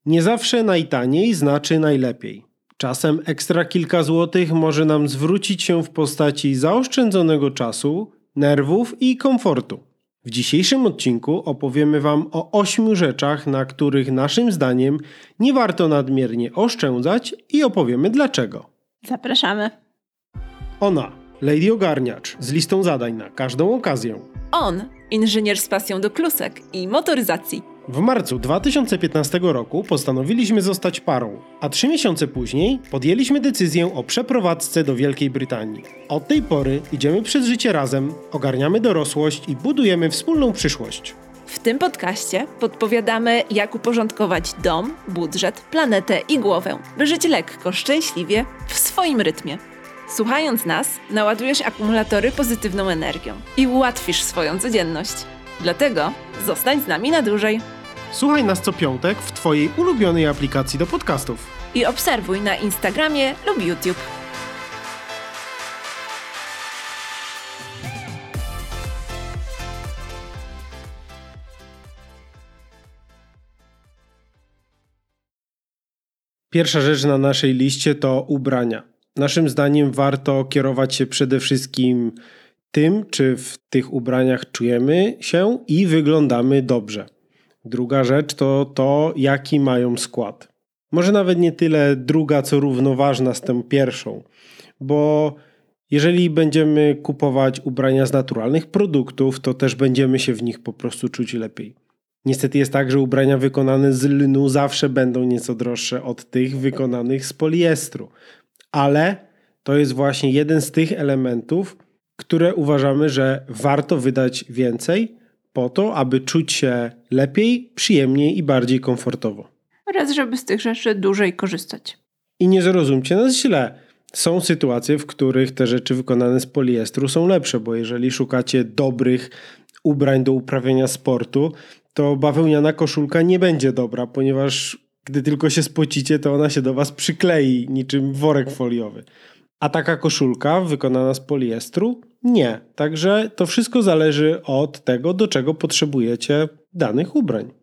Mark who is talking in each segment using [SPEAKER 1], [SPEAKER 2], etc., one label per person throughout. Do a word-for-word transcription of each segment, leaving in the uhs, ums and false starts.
[SPEAKER 1] Nie zawsze najtaniej znaczy najlepiej. Czasem ekstra kilka złotych może nam zwrócić się w postaci zaoszczędzonego czasu, nerwów i komfortu. W dzisiejszym odcinku opowiemy Wam o ośmiu rzeczach, na których naszym zdaniem nie warto nadmiernie oszczędzać i opowiemy dlaczego.
[SPEAKER 2] Zapraszamy.
[SPEAKER 1] Ona, Lady Ogarniacz, z listą zadań na każdą okazję.
[SPEAKER 2] On, inżynier z pasją do klusek i motoryzacji.
[SPEAKER 1] W marcu dwa tysiące piętnastego roku postanowiliśmy zostać parą, a trzy miesiące później podjęliśmy decyzję o przeprowadzce do Wielkiej Brytanii. Od tej pory idziemy przez życie razem, ogarniamy dorosłość i budujemy wspólną przyszłość.
[SPEAKER 2] W tym podcaście podpowiadamy, jak uporządkować dom, budżet, planetę i głowę, by żyć lekko, szczęśliwie, w swoim rytmie. Słuchając nas, naładujesz akumulatory pozytywną energią i ułatwisz swoją codzienność. Dlatego zostań z nami na dłużej.
[SPEAKER 1] Słuchaj nas co piątek w Twojej ulubionej aplikacji do podcastów.
[SPEAKER 2] I obserwuj na Instagramie lub YouTube.
[SPEAKER 1] Pierwsza rzecz na naszej liście to ubrania. Naszym zdaniem warto kierować się przede wszystkim tym, czy w tych ubraniach czujemy się i wyglądamy dobrze. Druga rzecz to to, jaki mają skład. Może nawet nie tyle druga, co równoważna z tą pierwszą, bo jeżeli będziemy kupować ubrania z naturalnych produktów, to też będziemy się w nich po prostu czuć lepiej. Niestety jest tak, że ubrania wykonane z lnu zawsze będą nieco droższe od tych wykonanych z poliestru, ale to jest właśnie jeden z tych elementów, które uważamy, że warto wydać więcej po to, aby czuć się lepiej, przyjemniej i bardziej komfortowo.
[SPEAKER 2] Oraz żeby z tych rzeczy dłużej korzystać.
[SPEAKER 1] I nie zrozumcie nas źle. Są sytuacje, w których te rzeczy wykonane z poliestru są lepsze, bo jeżeli szukacie dobrych ubrań do uprawiania sportu, to bawełniana koszulka nie będzie dobra, ponieważ gdy tylko się spocicie, to ona się do Was przyklei niczym worek foliowy. A taka koszulka wykonana z poliestru? Nie. Także to wszystko zależy od tego, do czego potrzebujecie danych ubrań.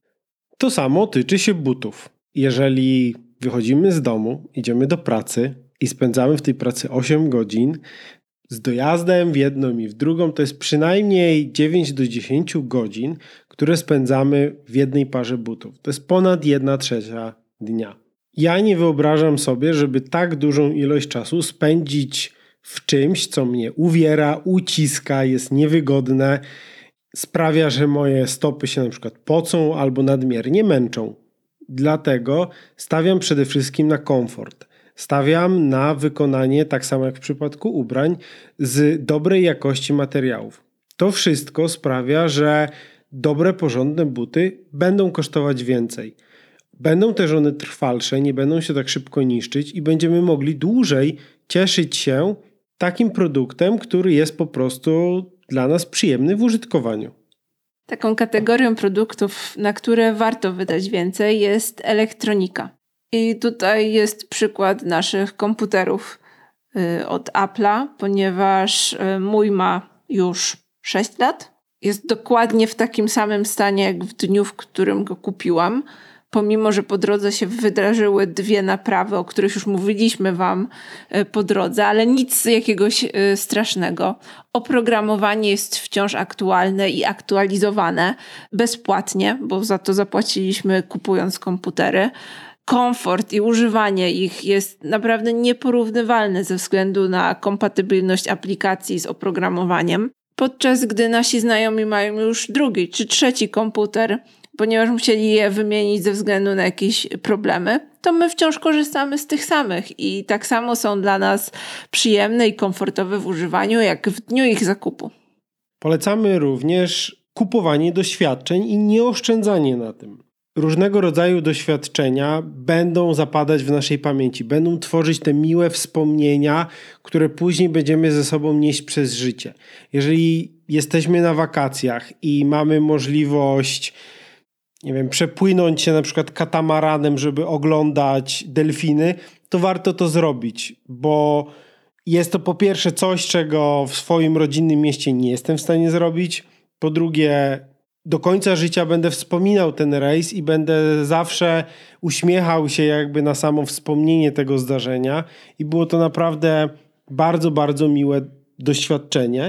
[SPEAKER 1] To samo tyczy się butów. Jeżeli wychodzimy z domu, idziemy do pracy i spędzamy w tej pracy osiem godzin, z dojazdem w jedną i w drugą, to jest przynajmniej dziewięć do dziesięciu godzin, które spędzamy w jednej parze butów. To jest ponad jedna trzecia dnia. Ja nie wyobrażam sobie, żeby tak dużą ilość czasu spędzić w czymś, co mnie uwiera, uciska, jest niewygodne, sprawia, że moje stopy się na przykład pocą albo nadmiernie męczą. Dlatego stawiam przede wszystkim na komfort. Stawiam na wykonanie, tak samo jak w przypadku ubrań, z dobrej jakości materiałów. To wszystko sprawia, że dobre, porządne buty będą kosztować więcej. Będą też one trwalsze, nie będą się tak szybko niszczyć i będziemy mogli dłużej cieszyć się takim produktem, który jest po prostu dla nas przyjemny w użytkowaniu.
[SPEAKER 2] Taką kategorią produktów, na które warto wydać więcej, jest elektronika. I tutaj jest przykład naszych komputerów y, od Apple'a, ponieważ y, mój ma już sześć lat. Jest dokładnie w takim samym stanie jak w dniu, w którym go kupiłam. Pomimo, że po drodze się wydarzyły dwie naprawy, o których już mówiliśmy Wam po drodze, ale nic jakiegoś strasznego. Oprogramowanie jest wciąż aktualne i aktualizowane bezpłatnie, bo za to zapłaciliśmy kupując komputery. Komfort i używanie ich jest naprawdę nieporównywalne ze względu na kompatybilność aplikacji z oprogramowaniem. Podczas gdy nasi znajomi mają już drugi czy trzeci komputer, ponieważ musieli je wymienić ze względu na jakieś problemy, to my wciąż korzystamy z tych samych i tak samo są dla nas przyjemne i komfortowe w używaniu, jak w dniu ich zakupu.
[SPEAKER 1] Polecamy również kupowanie doświadczeń i nieoszczędzanie na tym. Różnego rodzaju doświadczenia będą zapadać w naszej pamięci, będą tworzyć te miłe wspomnienia, które później będziemy ze sobą nieść przez życie. Jeżeli jesteśmy na wakacjach i mamy możliwość, nie wiem, przepłynąć się na przykład katamaranem, żeby oglądać delfiny, to warto to zrobić, bo jest to po pierwsze coś, czego w swoim rodzinnym mieście nie jestem w stanie zrobić, po drugie do końca życia będę wspominał ten rejs i będę zawsze uśmiechał się jakby na samo wspomnienie tego zdarzenia i było to naprawdę bardzo, bardzo miłe doświadczenie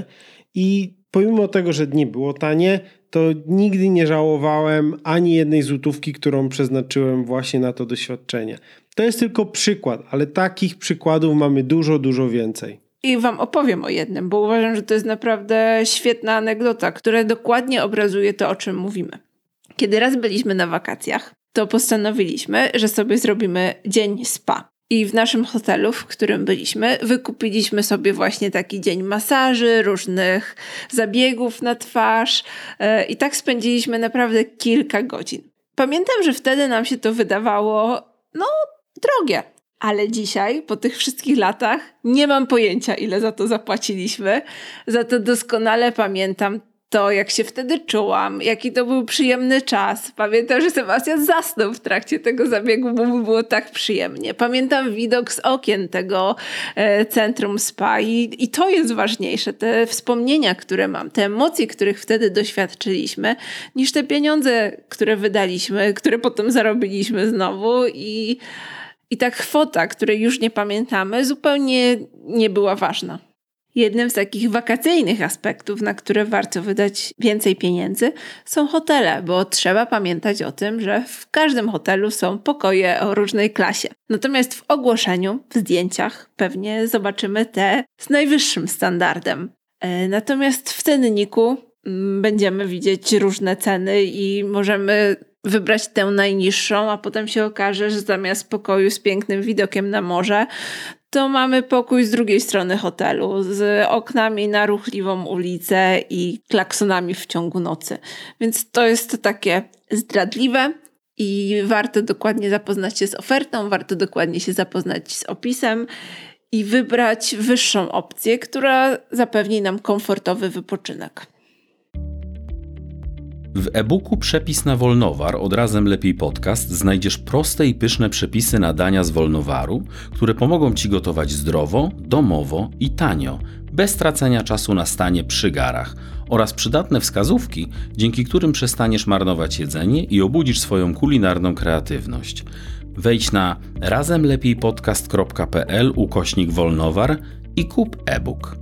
[SPEAKER 1] i pomimo tego, że nie było tanie, to nigdy nie żałowałem ani jednej złotówki, którą przeznaczyłem właśnie na to doświadczenie. To jest tylko przykład, ale takich przykładów mamy dużo, dużo więcej.
[SPEAKER 2] I wam opowiem o jednym, bo uważam, że to jest naprawdę świetna anegdota, która dokładnie obrazuje to, o czym mówimy. Kiedy raz byliśmy na wakacjach, to postanowiliśmy, że sobie zrobimy dzień spa. I w naszym hotelu, w którym byliśmy, wykupiliśmy sobie właśnie taki dzień masaży, różnych zabiegów na twarz yy, i tak spędziliśmy naprawdę kilka godzin. Pamiętam, że wtedy nam się to wydawało, no, drogie. Ale dzisiaj, po tych wszystkich latach, nie mam pojęcia, ile za to zapłaciliśmy. Za to doskonale pamiętam to, jak się wtedy czułam, jaki to był przyjemny czas. Pamiętam, że Sebastian zasnął w trakcie tego zabiegu, bo mu było tak przyjemnie. Pamiętam widok z okien tego e, centrum spa i, i to jest ważniejsze. Te wspomnienia, które mam, te emocje, których wtedy doświadczyliśmy, niż te pieniądze, które wydaliśmy, które potem zarobiliśmy znowu i... I ta kwota, której już nie pamiętamy, zupełnie nie była ważna. Jednym z takich wakacyjnych aspektów, na które warto wydać więcej pieniędzy, są hotele, bo trzeba pamiętać o tym, że w każdym hotelu są pokoje o różnej klasie. Natomiast w ogłoszeniu, w zdjęciach pewnie zobaczymy te z najwyższym standardem. Natomiast w cenniku będziemy widzieć różne ceny i możemy wybrać tę najniższą, a potem się okaże, że zamiast pokoju z pięknym widokiem na morze, to mamy pokój z drugiej strony hotelu, z oknami na ruchliwą ulicę i klaksonami w ciągu nocy. Więc to jest takie zdradliwe i warto dokładnie zapoznać się z ofertą, warto dokładnie się zapoznać z opisem i wybrać wyższą opcję, która zapewni nam komfortowy wypoczynek.
[SPEAKER 3] W e-booku Przepis na Wolnowar od Razem Lepiej Podcast znajdziesz proste i pyszne przepisy na dania z Wolnowaru, które pomogą Ci gotować zdrowo, domowo i tanio, bez tracenia czasu na stanie przy garach oraz przydatne wskazówki, dzięki którym przestaniesz marnować jedzenie i obudzisz swoją kulinarną kreatywność. Wejdź na razemlepiejpodcast.pl ukośnik Wolnowar i kup e-book.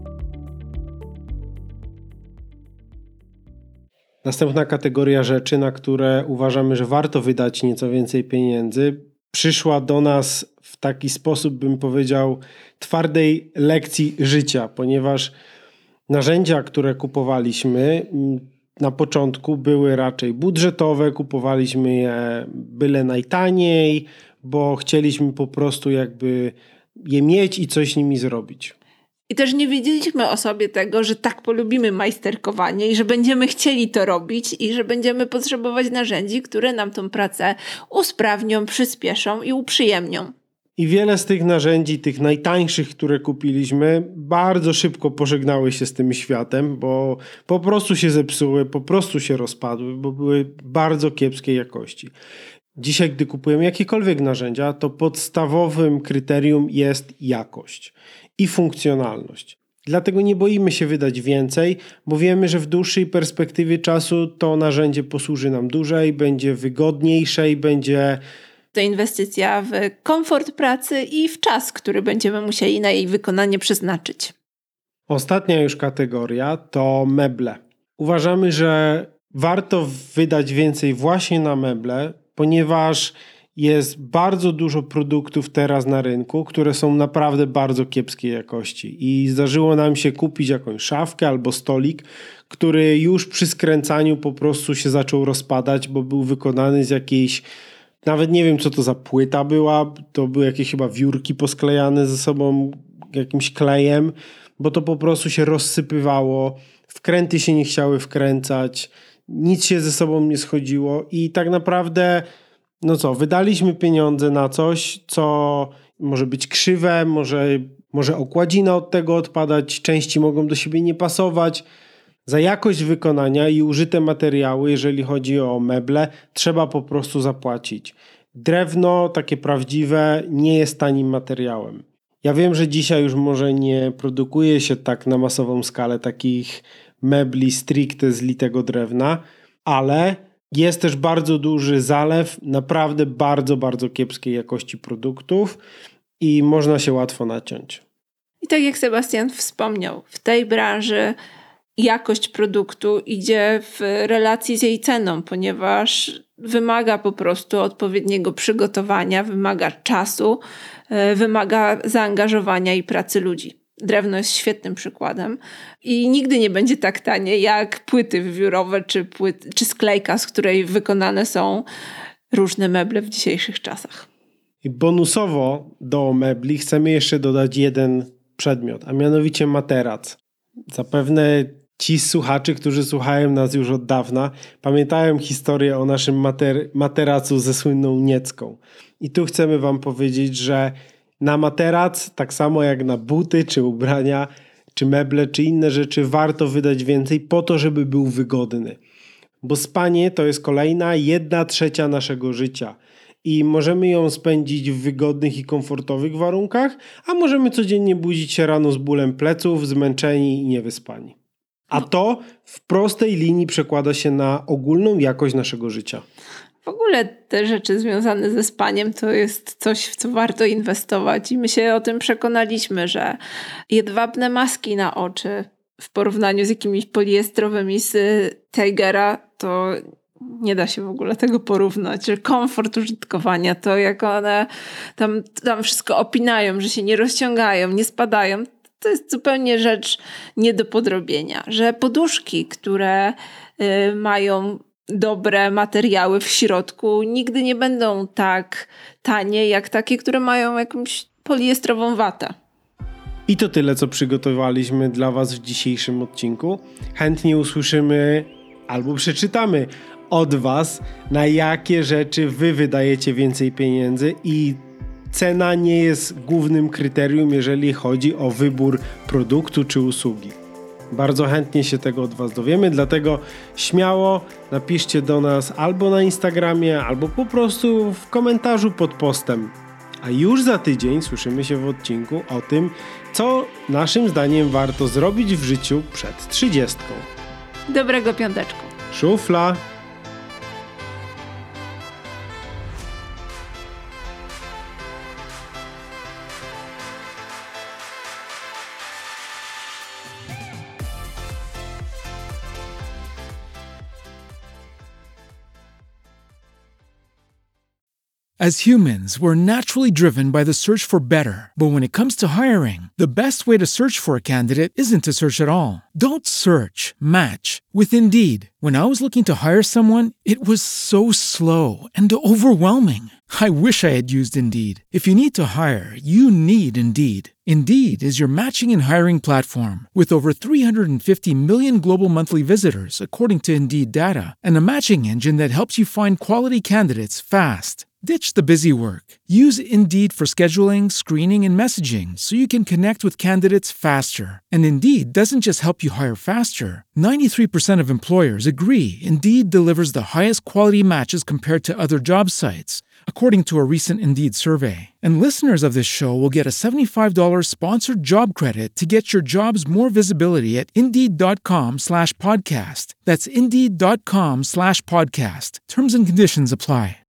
[SPEAKER 1] Następna kategoria rzeczy, na które uważamy, że warto wydać nieco więcej pieniędzy, przyszła do nas w taki sposób, bym powiedział, twardej lekcji życia, ponieważ narzędzia, które kupowaliśmy na początku były raczej budżetowe, kupowaliśmy je byle najtaniej, bo chcieliśmy po prostu jakby je mieć i coś z nimi zrobić.
[SPEAKER 2] I też nie wiedzieliśmy o sobie tego, że tak polubimy majsterkowanie i że będziemy chcieli to robić i że będziemy potrzebować narzędzi, które nam tą pracę usprawnią, przyspieszą i uprzyjemnią.
[SPEAKER 1] I wiele z tych narzędzi, tych najtańszych, które kupiliśmy, bardzo szybko pożegnały się z tym światem, bo po prostu się zepsuły, po prostu się rozpadły, bo były bardzo kiepskiej jakości. Dzisiaj, gdy kupujemy jakiekolwiek narzędzia, to podstawowym kryterium jest jakość i funkcjonalność. Dlatego nie boimy się wydać więcej, bo wiemy, że w dłuższej perspektywie czasu to narzędzie posłuży nam dłużej, będzie wygodniejsze i będzie...
[SPEAKER 2] To inwestycja w komfort pracy i w czas, który będziemy musieli na jej wykonanie przeznaczyć.
[SPEAKER 1] Ostatnia już kategoria to meble. Uważamy, że warto wydać więcej właśnie na meble, ponieważ jest bardzo dużo produktów teraz na rynku, które są naprawdę bardzo kiepskiej jakości i zdarzyło nam się kupić jakąś szafkę albo stolik, który już przy skręcaniu po prostu się zaczął rozpadać, bo był wykonany z jakiejś, nawet nie wiem co to za płyta była, to były jakieś chyba wiórki posklejane ze sobą jakimś klejem, bo to po prostu się rozsypywało, wkręty się nie chciały wkręcać, nic się ze sobą nie schodziło i tak naprawdę no co, wydaliśmy pieniądze na coś, co może być krzywe, może, może okładzina od tego odpadać, części mogą do siebie nie pasować. Za jakość wykonania i użyte materiały, jeżeli chodzi o meble, trzeba po prostu zapłacić. Drewno, takie prawdziwe, nie jest tanim materiałem. Ja wiem, że dzisiaj już może nie produkuje się tak na masową skalę takich mebli stricte z litego drewna, ale jest też bardzo duży zalew naprawdę bardzo, bardzo kiepskiej jakości produktów i można się łatwo naciąć.
[SPEAKER 2] I tak jak Sebastian wspomniał, w tej branży jakość produktu idzie w relacji z jej ceną, ponieważ wymaga po prostu odpowiedniego przygotowania, wymaga czasu, wymaga zaangażowania i pracy ludzi. Drewno jest świetnym przykładem i nigdy nie będzie tak tanie jak płyty wywiórowe czy, płyty, czy sklejka, z której wykonane są różne meble w dzisiejszych czasach.
[SPEAKER 1] I bonusowo do mebli chcemy jeszcze dodać jeden przedmiot, a mianowicie materac. Zapewne ci słuchacze, którzy słuchają nas już od dawna, pamiętają historię o naszym mater- materacu ze słynną Niecką. I tu chcemy wam powiedzieć, że na materac, tak samo jak na buty, czy ubrania, czy meble, czy inne rzeczy, warto wydać więcej po to, żeby był wygodny. Bo spanie to jest kolejna jedna trzecia naszego życia. I możemy ją spędzić w wygodnych i komfortowych warunkach, a możemy codziennie budzić się rano z bólem pleców, zmęczeni i niewyspani. A to w prostej linii przekłada się na ogólną jakość naszego życia.
[SPEAKER 2] W ogóle te rzeczy związane ze spaniem to jest coś, w co warto inwestować i my się o tym przekonaliśmy, że jedwabne maski na oczy w porównaniu z jakimiś poliestrowymi z Tigera to nie da się w ogóle tego porównać. Komfort użytkowania, to jak one tam, tam wszystko opinają, że się nie rozciągają, nie spadają, to jest zupełnie rzecz nie do podrobienia. Że poduszki, które y, mają dobre materiały w środku, nigdy nie będą tak tanie jak takie, które mają jakąś poliestrową watę.
[SPEAKER 1] I to tyle, co przygotowaliśmy dla was w dzisiejszym odcinku. Chętnie usłyszymy albo przeczytamy od was, na jakie rzeczy wy wydajecie więcej pieniędzy i cena nie jest głównym kryterium, jeżeli chodzi o wybór produktu czy usługi. Bardzo chętnie się tego od was dowiemy, dlatego śmiało napiszcie do nas albo na Instagramie, albo po prostu w komentarzu pod postem. A już za tydzień słyszymy się w odcinku o tym, co naszym zdaniem warto zrobić w życiu przed trzydziestką.
[SPEAKER 2] Dobrego piąteczku.
[SPEAKER 1] Szufla.
[SPEAKER 4] As humans, we're naturally driven by the search for better. But when it comes to hiring, the best way to search for a candidate isn't to search at all. Don't search, match with Indeed. When I was looking to hire someone, it was so slow and overwhelming. I wish I had used Indeed. If you need to hire, you need Indeed. Indeed is your matching and hiring platform with over three hundred fifty million global monthly visitors, according to Indeed data, and a matching engine that helps you find quality candidates fast. Ditch the busy work. Use Indeed for scheduling, screening, and messaging so you can connect with candidates faster. And Indeed doesn't just help you hire faster. ninety-three percent of employers agree Indeed delivers the highest quality matches compared to other job sites, according to a recent Indeed survey. And listeners of this show will get a seventy-five dollars sponsored job credit to get your jobs more visibility at Indeed.com slash podcast. That's Indeed.com slash podcast. Terms and conditions apply.